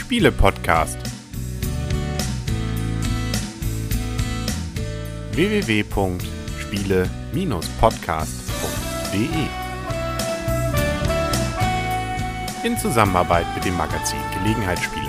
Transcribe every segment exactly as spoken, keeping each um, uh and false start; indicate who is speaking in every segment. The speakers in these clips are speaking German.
Speaker 1: Spiele-Podcast. w w w punkt spiele Bindestrich podcast punkt d e in Zusammenarbeit mit dem Magazin Gelegenheitsspieler.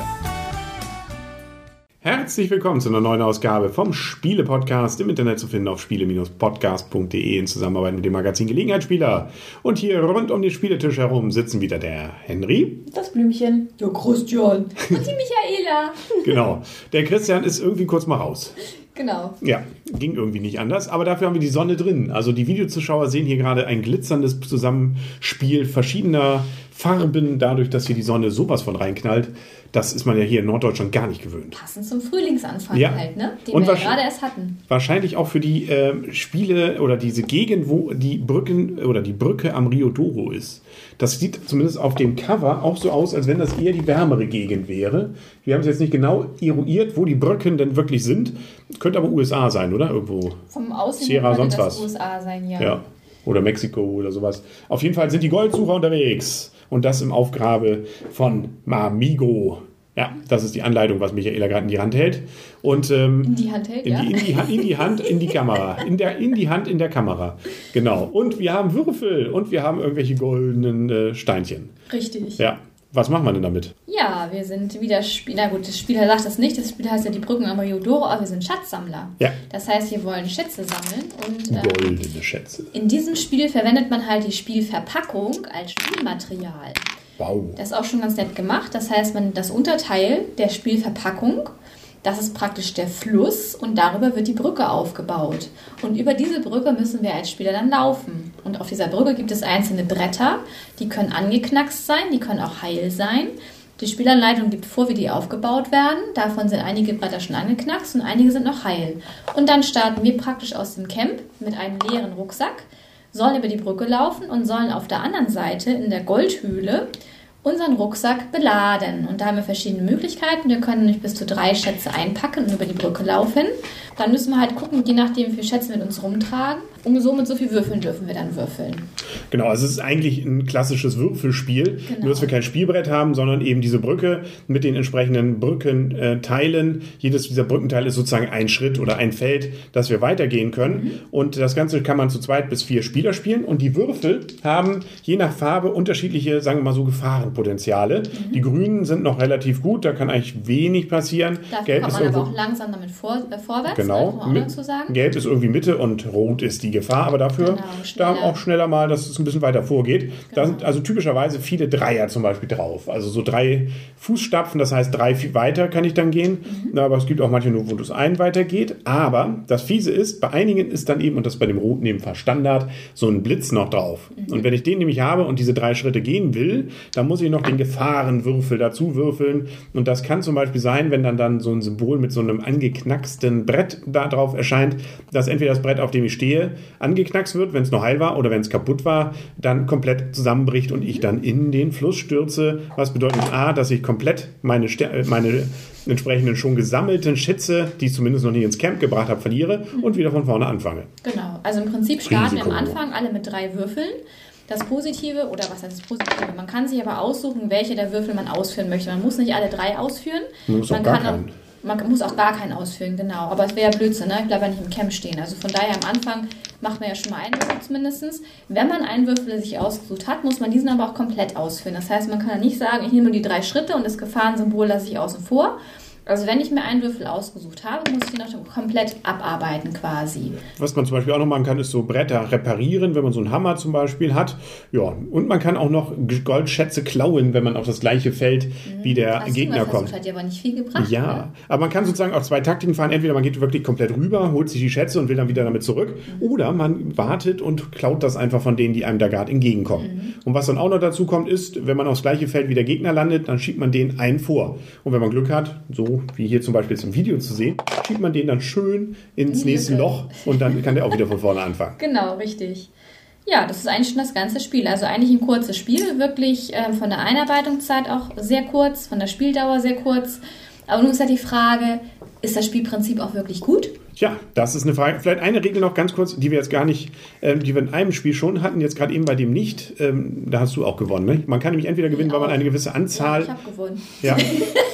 Speaker 1: Herzlich willkommen zu einer neuen Ausgabe vom Spiele-Podcast, im Internet zu finden auf spiele Bindestrich podcast punkt d e in Zusammenarbeit mit dem Magazin Gelegenheitsspieler. Und hier rund um den Spieletisch herum sitzen wieder der Henry.
Speaker 2: Das Blümchen.
Speaker 3: Der Christian.
Speaker 2: Und die Michaela.
Speaker 1: Genau. Der Christian ist irgendwie kurz mal raus.
Speaker 2: Genau.
Speaker 1: Ja, ging irgendwie nicht anders, aber dafür haben wir die Sonne drin. Also die Videozuschauer sehen hier gerade ein glitzerndes Zusammenspiel verschiedener Farben, dadurch, dass hier die Sonne sowas von reinknallt. Das ist man ja hier in Norddeutschland gar nicht gewöhnt.
Speaker 2: Passend zum Frühlingsanfang
Speaker 1: ja.
Speaker 2: halt, ne? Den
Speaker 1: Und
Speaker 2: wir ja gerade erst hatten.
Speaker 1: Wahrscheinlich auch für die äh, Spiele oder diese Gegend, wo die Brücken oder die Brücke am Rio Douro ist. Das sieht zumindest auf dem Cover auch so aus, als wenn das eher die wärmere Gegend wäre. Wir haben es jetzt nicht genau eruiert, wo die Brücken denn wirklich sind. Könnte aber U S A sein, oder? Irgendwo.
Speaker 2: Vom Aussehen
Speaker 1: Sierra,
Speaker 2: könnte
Speaker 1: sonst
Speaker 2: das
Speaker 1: was.
Speaker 2: U S A sein, ja.
Speaker 1: Ja. Oder Mexiko oder sowas. Auf jeden Fall sind die Goldsucher unterwegs. Und das im Aufgrabe von Mamigo. Ja, das ist die Anleitung, was Michaela gerade in die Hand hält. Und, ähm,
Speaker 2: in die Hand hält,
Speaker 1: in
Speaker 2: ja.
Speaker 1: Die, in, die, in die Hand, in die Kamera. In, der, in die Hand, in der Kamera. Genau. Und wir haben Würfel und wir haben irgendwelche goldenen äh, Steinchen.
Speaker 2: Richtig.
Speaker 1: Ja. Was machen wir denn damit?
Speaker 2: Ja, wir sind wieder Spieler. Na gut, das Spiel sagt das nicht. Das Spiel heißt ja die Brücken am Rio Douro, aber wir sind Schatzsammler.
Speaker 1: Ja.
Speaker 2: Das heißt, wir wollen Schätze sammeln. Und ähm,
Speaker 1: Goldene Schätze.
Speaker 2: In diesem Spiel verwendet man halt die Spielverpackung als Spielmaterial.
Speaker 1: Wow.
Speaker 2: Das ist auch schon ganz nett gemacht. Das heißt, man das Unterteil der Spielverpackung, das ist praktisch der Fluss und darüber wird die Brücke aufgebaut. Und über diese Brücke müssen wir als Spieler dann laufen. Und auf dieser Brücke gibt es einzelne Bretter, die können angeknackst sein, die können auch heil sein. Die Spielanleitung gibt vor, wie die aufgebaut werden. Davon sind einige Bretter schon angeknackst und einige sind noch heil. Und dann starten wir praktisch aus dem Camp mit einem leeren Rucksack, sollen über die Brücke laufen und sollen auf der anderen Seite in der Goldhöhle unseren Rucksack beladen. Und da haben wir verschiedene Möglichkeiten. Wir können nämlich bis zu drei Schätze einpacken und über die Brücke laufen. Dann müssen wir halt gucken, je nachdem, wie viele Schätze wir mit uns rumtragen. Und somit so viel würfeln dürfen wir dann würfeln.
Speaker 1: Genau, also es ist eigentlich ein klassisches Würfelspiel.
Speaker 2: Genau.
Speaker 1: Nur, dass wir kein Spielbrett haben, sondern eben diese Brücke mit den entsprechenden Brückenteilen. Jedes dieser Brückenteile ist sozusagen ein Schritt oder ein Feld, das wir weitergehen können. Mhm. Und das Ganze kann man zu zweit bis vier Spieler spielen. Und die Würfel haben je nach Farbe unterschiedliche, sagen wir mal so, Gefahrenpotenziale. Mhm. Die grünen sind noch relativ gut, da kann eigentlich wenig passieren.
Speaker 2: Dafür
Speaker 1: Gelb
Speaker 2: kommt
Speaker 1: ist
Speaker 2: man aber
Speaker 1: irgendwo,
Speaker 2: auch langsam damit vor, äh, vorwärts.
Speaker 1: Genau.
Speaker 2: Ne, muss man auch dazu sagen.
Speaker 1: Gelb ist irgendwie Mitte und Rot ist die Gefahr, aber dafür
Speaker 2: Genau,
Speaker 1: da
Speaker 2: schneller.
Speaker 1: auch schneller mal, dass es ein bisschen weiter vorgeht.
Speaker 2: Genau.
Speaker 1: Da sind also typischerweise viele Dreier zum Beispiel drauf. Also so drei Fußstapfen, das heißt drei viel weiter kann ich dann gehen. Mhm. Aber es gibt auch manche, wo es ein weiter geht. Aber das Fiese ist, bei einigen ist dann eben, und das ist bei dem Roten ebenfalls Standard, so ein Blitz noch drauf. Mhm. Und wenn ich den nämlich habe und diese drei Schritte gehen will, dann muss ich noch den Gefahrenwürfel dazu würfeln. Und das kann zum Beispiel sein, wenn dann, dann so ein Symbol mit so einem angeknacksten Brett da drauf erscheint, dass entweder das Brett, auf dem ich stehe, angeknackst wird, wenn es noch heil war, oder wenn es kaputt war, dann komplett zusammenbricht und ich dann in den Fluss stürze. Was bedeutet A, dass ich komplett meine, meine entsprechenden schon gesammelten Schätze, die ich zumindest noch nie ins Camp gebracht habe, verliere und wieder von vorne anfange.
Speaker 2: Genau, also im Prinzip starten
Speaker 1: Risiko.
Speaker 2: wir am Anfang alle mit drei Würfeln. Das Positive, oder was heißt das Positive? Man kann sich aber aussuchen, welche der Würfel man ausführen möchte. Man muss nicht alle drei ausführen.
Speaker 1: Man muss
Speaker 2: man
Speaker 1: auch gar
Speaker 2: kann
Speaker 1: keinen.
Speaker 2: Auch, man muss auch gar keinen ausführen, genau. Aber es wäre ja Blödsinn, ne? Ich bleibe ja nicht im Camp stehen. Also von daher am Anfang macht man ja schon mal einen Würfel zumindest. Wenn man einen Würfel sich ausgesucht hat, muss man diesen aber auch komplett ausführen. Das heißt, man kann ja nicht sagen, ich nehme nur die drei Schritte und das Gefahrensymbol lasse ich außen vor. Also wenn ich mir einen Würfel ausgesucht habe, muss ich den auch komplett abarbeiten quasi.
Speaker 1: Was man zum Beispiel auch noch machen kann, ist so Bretter reparieren, wenn man so einen Hammer zum Beispiel hat. Ja, und man kann auch noch Goldschätze klauen, wenn man auf das gleiche Feld mhm. wie der
Speaker 2: Hast
Speaker 1: Gegner
Speaker 2: du
Speaker 1: kommt.
Speaker 2: Das hat dir aber nicht viel gebracht.
Speaker 1: Ja,
Speaker 2: ne?
Speaker 1: aber man kann sozusagen auch zwei Taktiken fahren. Entweder man geht wirklich komplett rüber, holt sich die Schätze und will dann wieder damit zurück. Mhm. Oder man wartet und klaut das einfach von denen, die einem da gerade entgegenkommen. Mhm. Und was dann auch noch dazu kommt, ist, wenn man aufs gleiche Feld wie der Gegner landet, dann schiebt man den einen vor. Und wenn man Glück hat, so wie hier zum Beispiel im Video zu sehen, schiebt man den dann schön ins
Speaker 2: Die
Speaker 1: nächste
Speaker 2: Lücke.
Speaker 1: Loch und dann kann der auch wieder von vorne anfangen.
Speaker 2: Genau, richtig. Ja, das ist eigentlich schon das ganze Spiel. Also eigentlich ein kurzes Spiel, wirklich äh, von der Einarbeitungszeit auch sehr kurz, von der Spieldauer sehr kurz. Aber nun ist ja die Frage, ist das Spielprinzip auch wirklich gut?
Speaker 1: Tja, das ist eine Frage. Vielleicht eine Regel noch ganz kurz, die wir jetzt gar nicht, ähm, die wir in einem Spiel schon hatten, jetzt gerade eben bei dem nicht. Ähm, da hast du auch gewonnen, ne? Man kann nämlich entweder gewinnen,
Speaker 2: Ich
Speaker 1: weil man
Speaker 2: auch.
Speaker 1: eine gewisse Anzahl...
Speaker 2: Ja, ich habe gewonnen.
Speaker 1: Ja.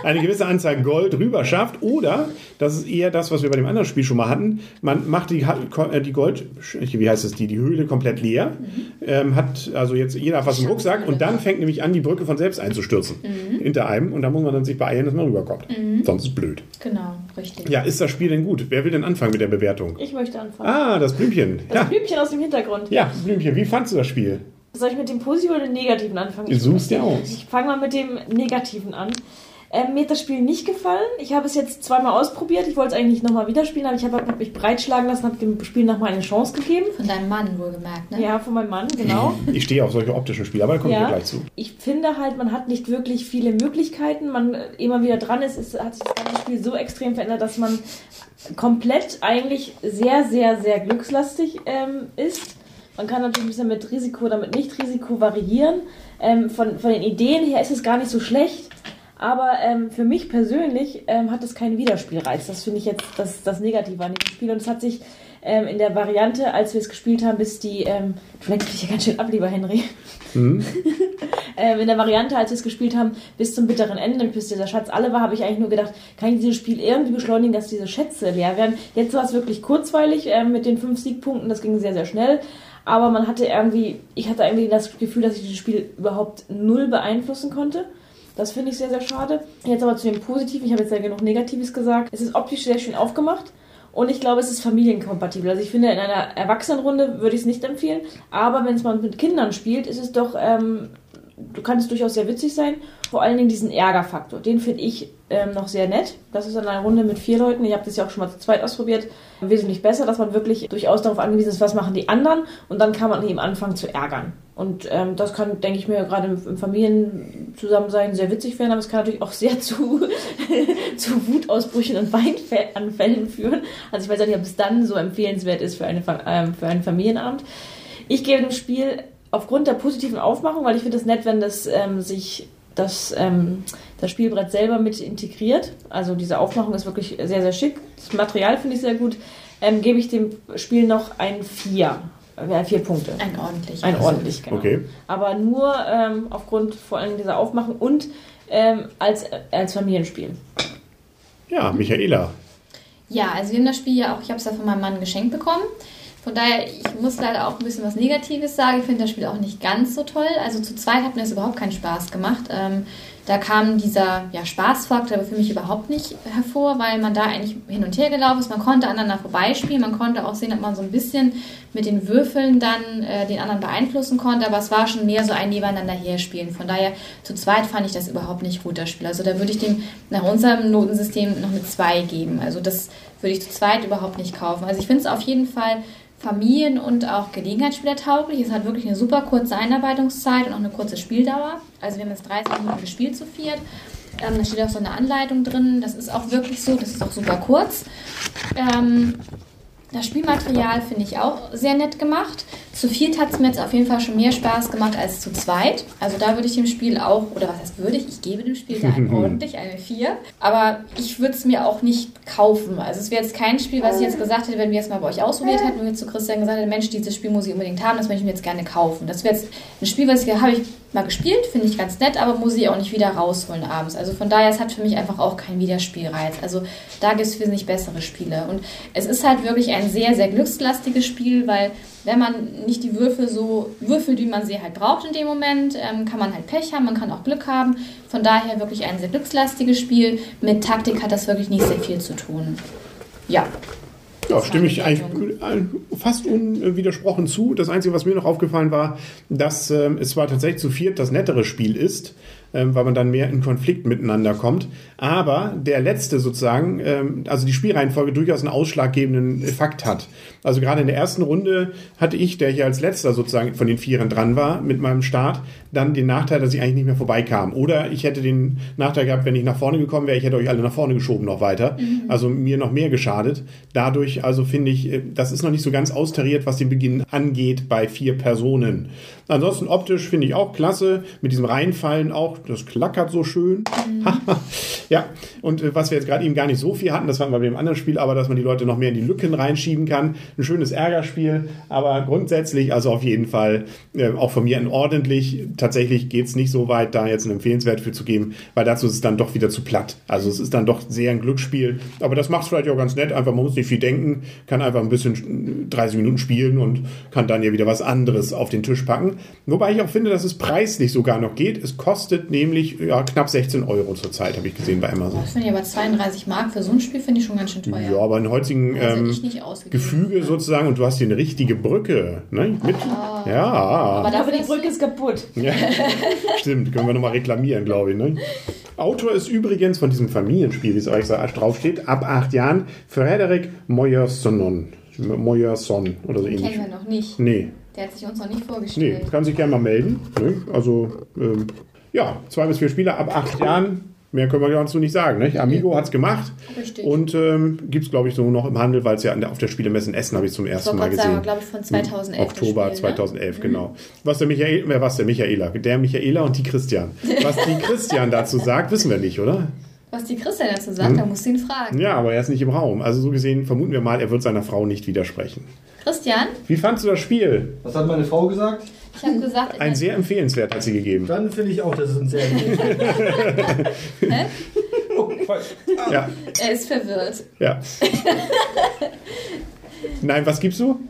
Speaker 1: eine gewisse Anzahl Gold rüber schafft. Oder, das ist eher das, was wir bei dem anderen Spiel schon mal hatten, man macht die, die Gold, wie heißt es, die, die Höhle komplett leer, mhm. ähm, hat also jetzt jeder was im Rucksack und dann fängt nämlich an, die Brücke von selbst einzustürzen. Mhm. Hinter einem und da muss man dann sich beeilen, dass man rüberkommt. Mhm. Sonst ist es blöd.
Speaker 2: Genau, richtig.
Speaker 1: Ja, ist das Spiel denn gut? Wer will denn anfangen mit der Bewertung?
Speaker 3: Ich möchte anfangen.
Speaker 1: Ah, das Blümchen.
Speaker 3: Das
Speaker 1: ja.
Speaker 3: Blümchen aus dem Hintergrund.
Speaker 1: Ja, Blümchen, wie fandst du das Spiel?
Speaker 3: Soll ich mit dem Positiven oder dem Negativen anfangen?
Speaker 1: Du suchst dir aus.
Speaker 3: Ich fange mal mit dem Negativen an. Ähm, mir hat das Spiel nicht gefallen. Ich habe es jetzt zweimal ausprobiert. Ich wollte es eigentlich nochmal wieder spielen, aber ich habe hab mich breitschlagen lassen, habe dem Spiel nochmal eine Chance gegeben.
Speaker 2: Von deinem Mann wohlgemerkt, ne?
Speaker 3: Ja, von meinem Mann, genau.
Speaker 1: Ich stehe auf solche optischen Spiele, aber da komme
Speaker 3: ja.
Speaker 1: ich gleich zu.
Speaker 3: Ich finde halt, man hat nicht wirklich viele Möglichkeiten. Man immer wieder dran ist, ist, hat sich das ganze Spiel so extrem verändert, dass man komplett eigentlich sehr, sehr, sehr glückslastig ähm, ist. Man kann natürlich ein bisschen mit Risiko oder mit Nicht-Risiko variieren. Ähm, von, von den Ideen her ist es gar nicht so schlecht. Aber ähm, für mich persönlich ähm, hat es keinen Wiederspielreiz. Das finde ich jetzt das, das Negative an dem Spiel. Und es hat sich ähm, in der Variante, als wir es gespielt haben, bis die... Ähm, du lenkst dich ja ganz schön ab, lieber Henry. Mhm. ähm, in der Variante, als wir es gespielt haben, bis zum bitteren Ende, bis dieser Schatz alle war, habe ich eigentlich nur gedacht, kann ich dieses Spiel irgendwie beschleunigen, dass diese Schätze leer werden. Jetzt war es wirklich kurzweilig ähm, mit den fünf Siegpunkten. Das ging sehr, sehr schnell. Aber man hatte irgendwie... Ich hatte irgendwie das Gefühl, dass ich dieses Spiel überhaupt null beeinflussen konnte. Das finde ich sehr, sehr schade. Jetzt aber zu dem Positiven. Ich habe jetzt ja genug Negatives gesagt. Es ist optisch sehr schön aufgemacht und ich glaube, es ist familienkompatibel. Also ich finde, in einer Erwachsenenrunde würde ich es nicht empfehlen, aber wenn es mal mit Kindern spielt, ist es doch, ähm, du kannst es durchaus sehr witzig sein. Vor allen Dingen diesen Ärgerfaktor, den finde ich ähm, noch sehr nett. Das ist in einer Runde mit vier Leuten, ich habe das ja auch schon mal zu zweit ausprobiert, wesentlich besser, dass man wirklich durchaus darauf angewiesen ist, was machen die anderen und dann kann man eben anfangen zu ärgern. Und ähm, das kann, denke ich mir, gerade im, im Familienzusammensein sehr witzig werden, aber es kann natürlich auch sehr zu, zu Wutausbrüchen und Weinanfällen führen. Also ich weiß auch nicht, ob es dann so empfehlenswert ist für, eine, ähm, für einen Familienabend. Ich gebe dem Spiel aufgrund der positiven Aufmachung, weil ich finde es nett, wenn das ähm, sich das, ähm, das Spielbrett selber mit integriert. Also diese Aufmachung ist wirklich sehr, sehr schick. Das Material finde ich sehr gut. Ähm, gebe ich dem Spiel noch ein vier. Ja, vier Punkte.
Speaker 2: Ein ordentlich.
Speaker 3: Ein ordentlich, genau.
Speaker 1: Okay.
Speaker 3: Aber nur ähm, aufgrund vor allem dieser Aufmachung und ähm, als, als Familienspiel.
Speaker 1: Ja, Michaela.
Speaker 2: Ja, also wir haben das Spiel ja auch, ich habe es ja von meinem Mann geschenkt bekommen. Von daher, ich muss leider auch ein bisschen was Negatives sagen. Ich finde das Spiel auch nicht ganz so toll. Also zu zweit hat mir das überhaupt keinen Spaß gemacht. Ähm, da kam dieser ja, Spaßfaktor aber für mich überhaupt nicht hervor, weil man da eigentlich hin und her gelaufen ist. Man konnte aneinander vorbeispielen. Man konnte auch sehen, dass man so ein bisschen mit den Würfeln dann äh, den anderen beeinflussen konnte. Aber es war schon mehr so ein Nebeneinander herspielen. Von daher, zu zweit fand ich das überhaupt nicht gut, das Spiel. Also da würde ich dem nach unserem Notensystem noch eine zwei geben. Also das würde ich zu zweit überhaupt nicht kaufen. Also ich finde es auf jeden Fall Familien- und auch Gelegenheitsspieler tauglich. Es hat wirklich eine super kurze Einarbeitungszeit und auch eine kurze Spieldauer. Also wir haben jetzt dreißig Minuten gespielt zu viert. Ähm, da steht auch so eine Anleitung drin. Das ist auch wirklich so. Das ist auch super kurz. Ähm, das Spielmaterial finde ich auch sehr nett gemacht. Zu viert hat es mir jetzt auf jeden Fall schon mehr Spaß gemacht als zu zweit. Also da würde ich dem Spiel auch, oder was heißt würde ich, ich gebe dem Spiel da ein ordentlich eine vier. Aber ich würde es mir auch nicht kaufen. Also es wäre jetzt kein Spiel, was ich jetzt gesagt hätte, wenn wir es mal bei euch ausprobiert hätten und wir zu Christian gesagt hätten, Mensch, dieses Spiel muss ich unbedingt haben, das möchte ich mir jetzt gerne kaufen. Das wäre jetzt ein Spiel, was ich, habe ich mal gespielt, finde ich ganz nett, aber muss ich auch nicht wieder rausholen abends. Also von daher, es hat für mich einfach auch keinen Wiederspielreiz. Also da gibt es wesentlich bessere Spiele. Und es ist halt wirklich ein sehr, sehr glückslastiges Spiel, weil wenn man nicht die Würfel so würfelt, wie man sie halt braucht in dem Moment, ähm, kann man halt Pech haben, man kann auch Glück haben. Von daher wirklich ein sehr glückslastiges Spiel. Mit Taktik hat das wirklich nicht sehr viel zu tun. Ja.
Speaker 1: Ja, stimme ich eigentlich fast unwidersprochen zu. Das Einzige, was mir noch aufgefallen war, dass ähm, es zwar tatsächlich zu viert das nettere Spiel ist, ähm, weil man dann mehr in Konflikt miteinander kommt, aber der letzte sozusagen, ähm, also die Spielreihenfolge durchaus einen ausschlaggebenden Fakt hat. Also gerade in der ersten Runde hatte ich, der hier als letzter sozusagen von den Vieren dran war, mit meinem Start, dann den Nachteil, dass ich eigentlich nicht mehr vorbeikam. Oder ich hätte den Nachteil gehabt, wenn ich nach vorne gekommen wäre, ich hätte euch alle nach vorne geschoben noch weiter. Mhm. Also mir noch mehr geschadet. Dadurch, also finde ich, das ist noch nicht so ganz austariert, was den Beginn angeht bei vier Personen. Ansonsten optisch finde ich auch klasse. Mit diesem Reinfallen auch das klackert so schön. Ja, und äh, was wir jetzt gerade eben gar nicht so viel hatten, das hatten wir bei dem anderen Spiel, aber dass man die Leute noch mehr in die Lücken reinschieben kann. Ein schönes Ärgerspiel, aber grundsätzlich, also auf jeden Fall äh, auch von mir ein ordentlich. Tatsächlich geht es nicht so weit, da jetzt einen Empfehlenswert für zu geben, weil dazu ist es dann doch wieder zu platt. Also es ist dann doch sehr ein Glücksspiel, aber das macht es vielleicht auch ganz nett. Einfach, man muss nicht viel denken, kann einfach ein bisschen dreißig Minuten spielen und kann dann ja wieder was anderes auf den Tisch packen. Wobei ich auch finde, dass es preislich sogar noch geht. Es kostet nämlich ja, knapp sechzehn Euro zurzeit, habe ich gesehen bei Amazon.
Speaker 2: Das finde ich aber zweiunddreißig Mark für so ein Spiel finde ich schon ganz schön teuer.
Speaker 1: Ja, aber in heutigen ähm, Gefüge sozusagen und du hast hier eine richtige Brücke. Ne? Mit,
Speaker 2: oh.
Speaker 1: Ja.
Speaker 3: Aber dafür die Brücke ist kaputt.
Speaker 1: Ja. Stimmt, können wir nochmal reklamieren, glaube ich. Ne? Autor ist übrigens von diesem Familienspiel, wie es euch draufsteht, ab acht Jahren Frédéric Moyerson. Moyerson oder so ähnlich.
Speaker 2: Kennen wir noch nicht.
Speaker 1: Nee.
Speaker 2: Der hat sich uns noch nicht vorgestellt.
Speaker 1: Nee, kann sich gerne mal melden. Ne? Also, ähm, ja, zwei bis vier Spieler ab acht Jahren. Mehr können wir dazu nicht sagen. Ne? Amigo hat es gemacht.
Speaker 2: Richtig.
Speaker 1: Und ähm, gibt es, glaube ich, so noch im Handel, weil es ja auf der Spielemesse in Essen habe ich zum ersten Mal gesehen.
Speaker 2: Das glaube ich, von zweitausendelf.
Speaker 1: Oktober
Speaker 2: Spiel,
Speaker 1: zweitausendelf,
Speaker 2: ne?
Speaker 1: genau. Was der Michael, wer was der Michaela? Der Michaela und die Christian. Was die Christian dazu sagt, wissen wir nicht, oder?
Speaker 2: Was die Christian dazu sagt,
Speaker 1: hm.
Speaker 2: da musst du ihn fragen.
Speaker 1: Ja, aber er ist nicht im Raum. Also so gesehen vermuten wir mal, er wird seiner Frau nicht widersprechen.
Speaker 2: Christian?
Speaker 1: Wie fandst du das Spiel?
Speaker 4: Was hat meine Frau gesagt?
Speaker 2: Ich habe gesagt...
Speaker 1: Ein sehr empfehlenswert hat sie gegeben.
Speaker 4: Dann finde ich auch, das ist ein sehr empfehlenswert.
Speaker 2: Hä?
Speaker 4: Oh, falsch. Ah.
Speaker 1: Ja.
Speaker 2: Er ist verwirrt.
Speaker 1: Ja. Nein, was gibst du?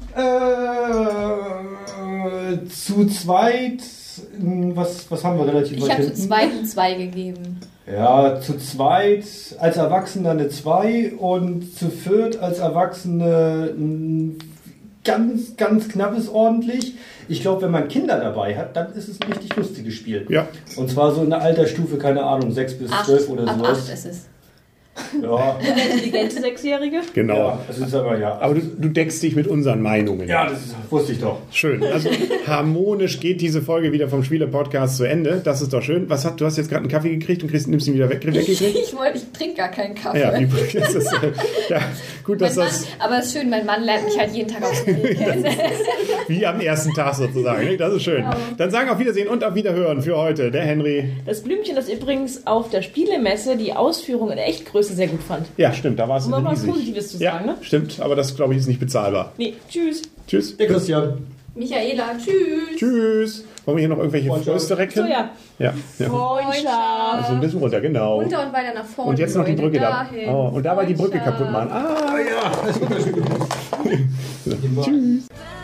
Speaker 4: Äh, zu zweit, was, was haben wir relativ
Speaker 2: Ich
Speaker 4: weit
Speaker 2: habe zu
Speaker 4: hinten?
Speaker 2: zweit eine zwei gegeben.
Speaker 4: Ja, zu zweit als Erwachsener eine zwei und zu viert als Erwachsene ein ganz, ganz knappes ordentlich. Ich glaube, wenn man Kinder dabei hat, dann ist es ein richtig lustiges Spiel.
Speaker 1: Ja.
Speaker 4: Und zwar so in der Altersstufe, keine Ahnung, sechs bis zwölf oder
Speaker 2: ab
Speaker 4: sowas.
Speaker 2: acht ist es.
Speaker 4: Ja.
Speaker 3: Intelligente Sechsjährige.
Speaker 1: Genau.
Speaker 4: Ja, es ist aber ja.
Speaker 1: Aber du, du deckst dich mit unseren Meinungen.
Speaker 4: Ja, das ist, wusste ich doch.
Speaker 1: Schön. Also harmonisch geht diese Folge wieder vom Spieler-Podcast zu Ende. Das ist doch schön. Was hat, du hast jetzt gerade einen Kaffee gekriegt und kriegst, nimmst ihn wieder weg, weggekriegt?
Speaker 2: Ich, wollte, ich trinke gar keinen Kaffee.
Speaker 1: Ja, wie, das ist, äh, ja, gut, dass
Speaker 2: Mein
Speaker 1: das
Speaker 2: Mann, aber es ist schön, mein Mann lernt mich halt jeden Tag aufs Spiel kennen.
Speaker 1: wie am ersten Tag sozusagen. Ne? Das ist schön. Dann sagen auf Wiedersehen und auf Wiederhören für heute der Henry.
Speaker 3: Das Blümchen, das übrigens auf der Spielemesse die Ausführung in Echtgröße sehr gut fand.
Speaker 1: Ja, stimmt, da war es
Speaker 3: Um mal was
Speaker 1: riesig.
Speaker 3: Positives zu
Speaker 1: Ja,
Speaker 3: sagen, ne?
Speaker 1: stimmt, aber das, glaube ich, ist nicht bezahlbar.
Speaker 3: Nee, tschüss.
Speaker 1: Tschüss.
Speaker 4: Der Christian.
Speaker 2: Michaela, tschüss.
Speaker 1: Tschüss. Wollen wir hier noch irgendwelche
Speaker 4: Freundschaft.
Speaker 1: Fröste recken?
Speaker 3: So, ja.
Speaker 1: Ja. ja.
Speaker 3: Freundschaft.
Speaker 1: So ein bisschen runter, genau.
Speaker 2: Runter und weiter nach vorne.
Speaker 1: Und jetzt noch die
Speaker 2: Leute,
Speaker 1: Brücke da.
Speaker 2: dahin.
Speaker 1: Oh, und dabei die Brücke
Speaker 2: Freundschaft.
Speaker 1: kaputt machen. Ah,
Speaker 4: Ja, das ist wunderschön.
Speaker 1: Tschüss.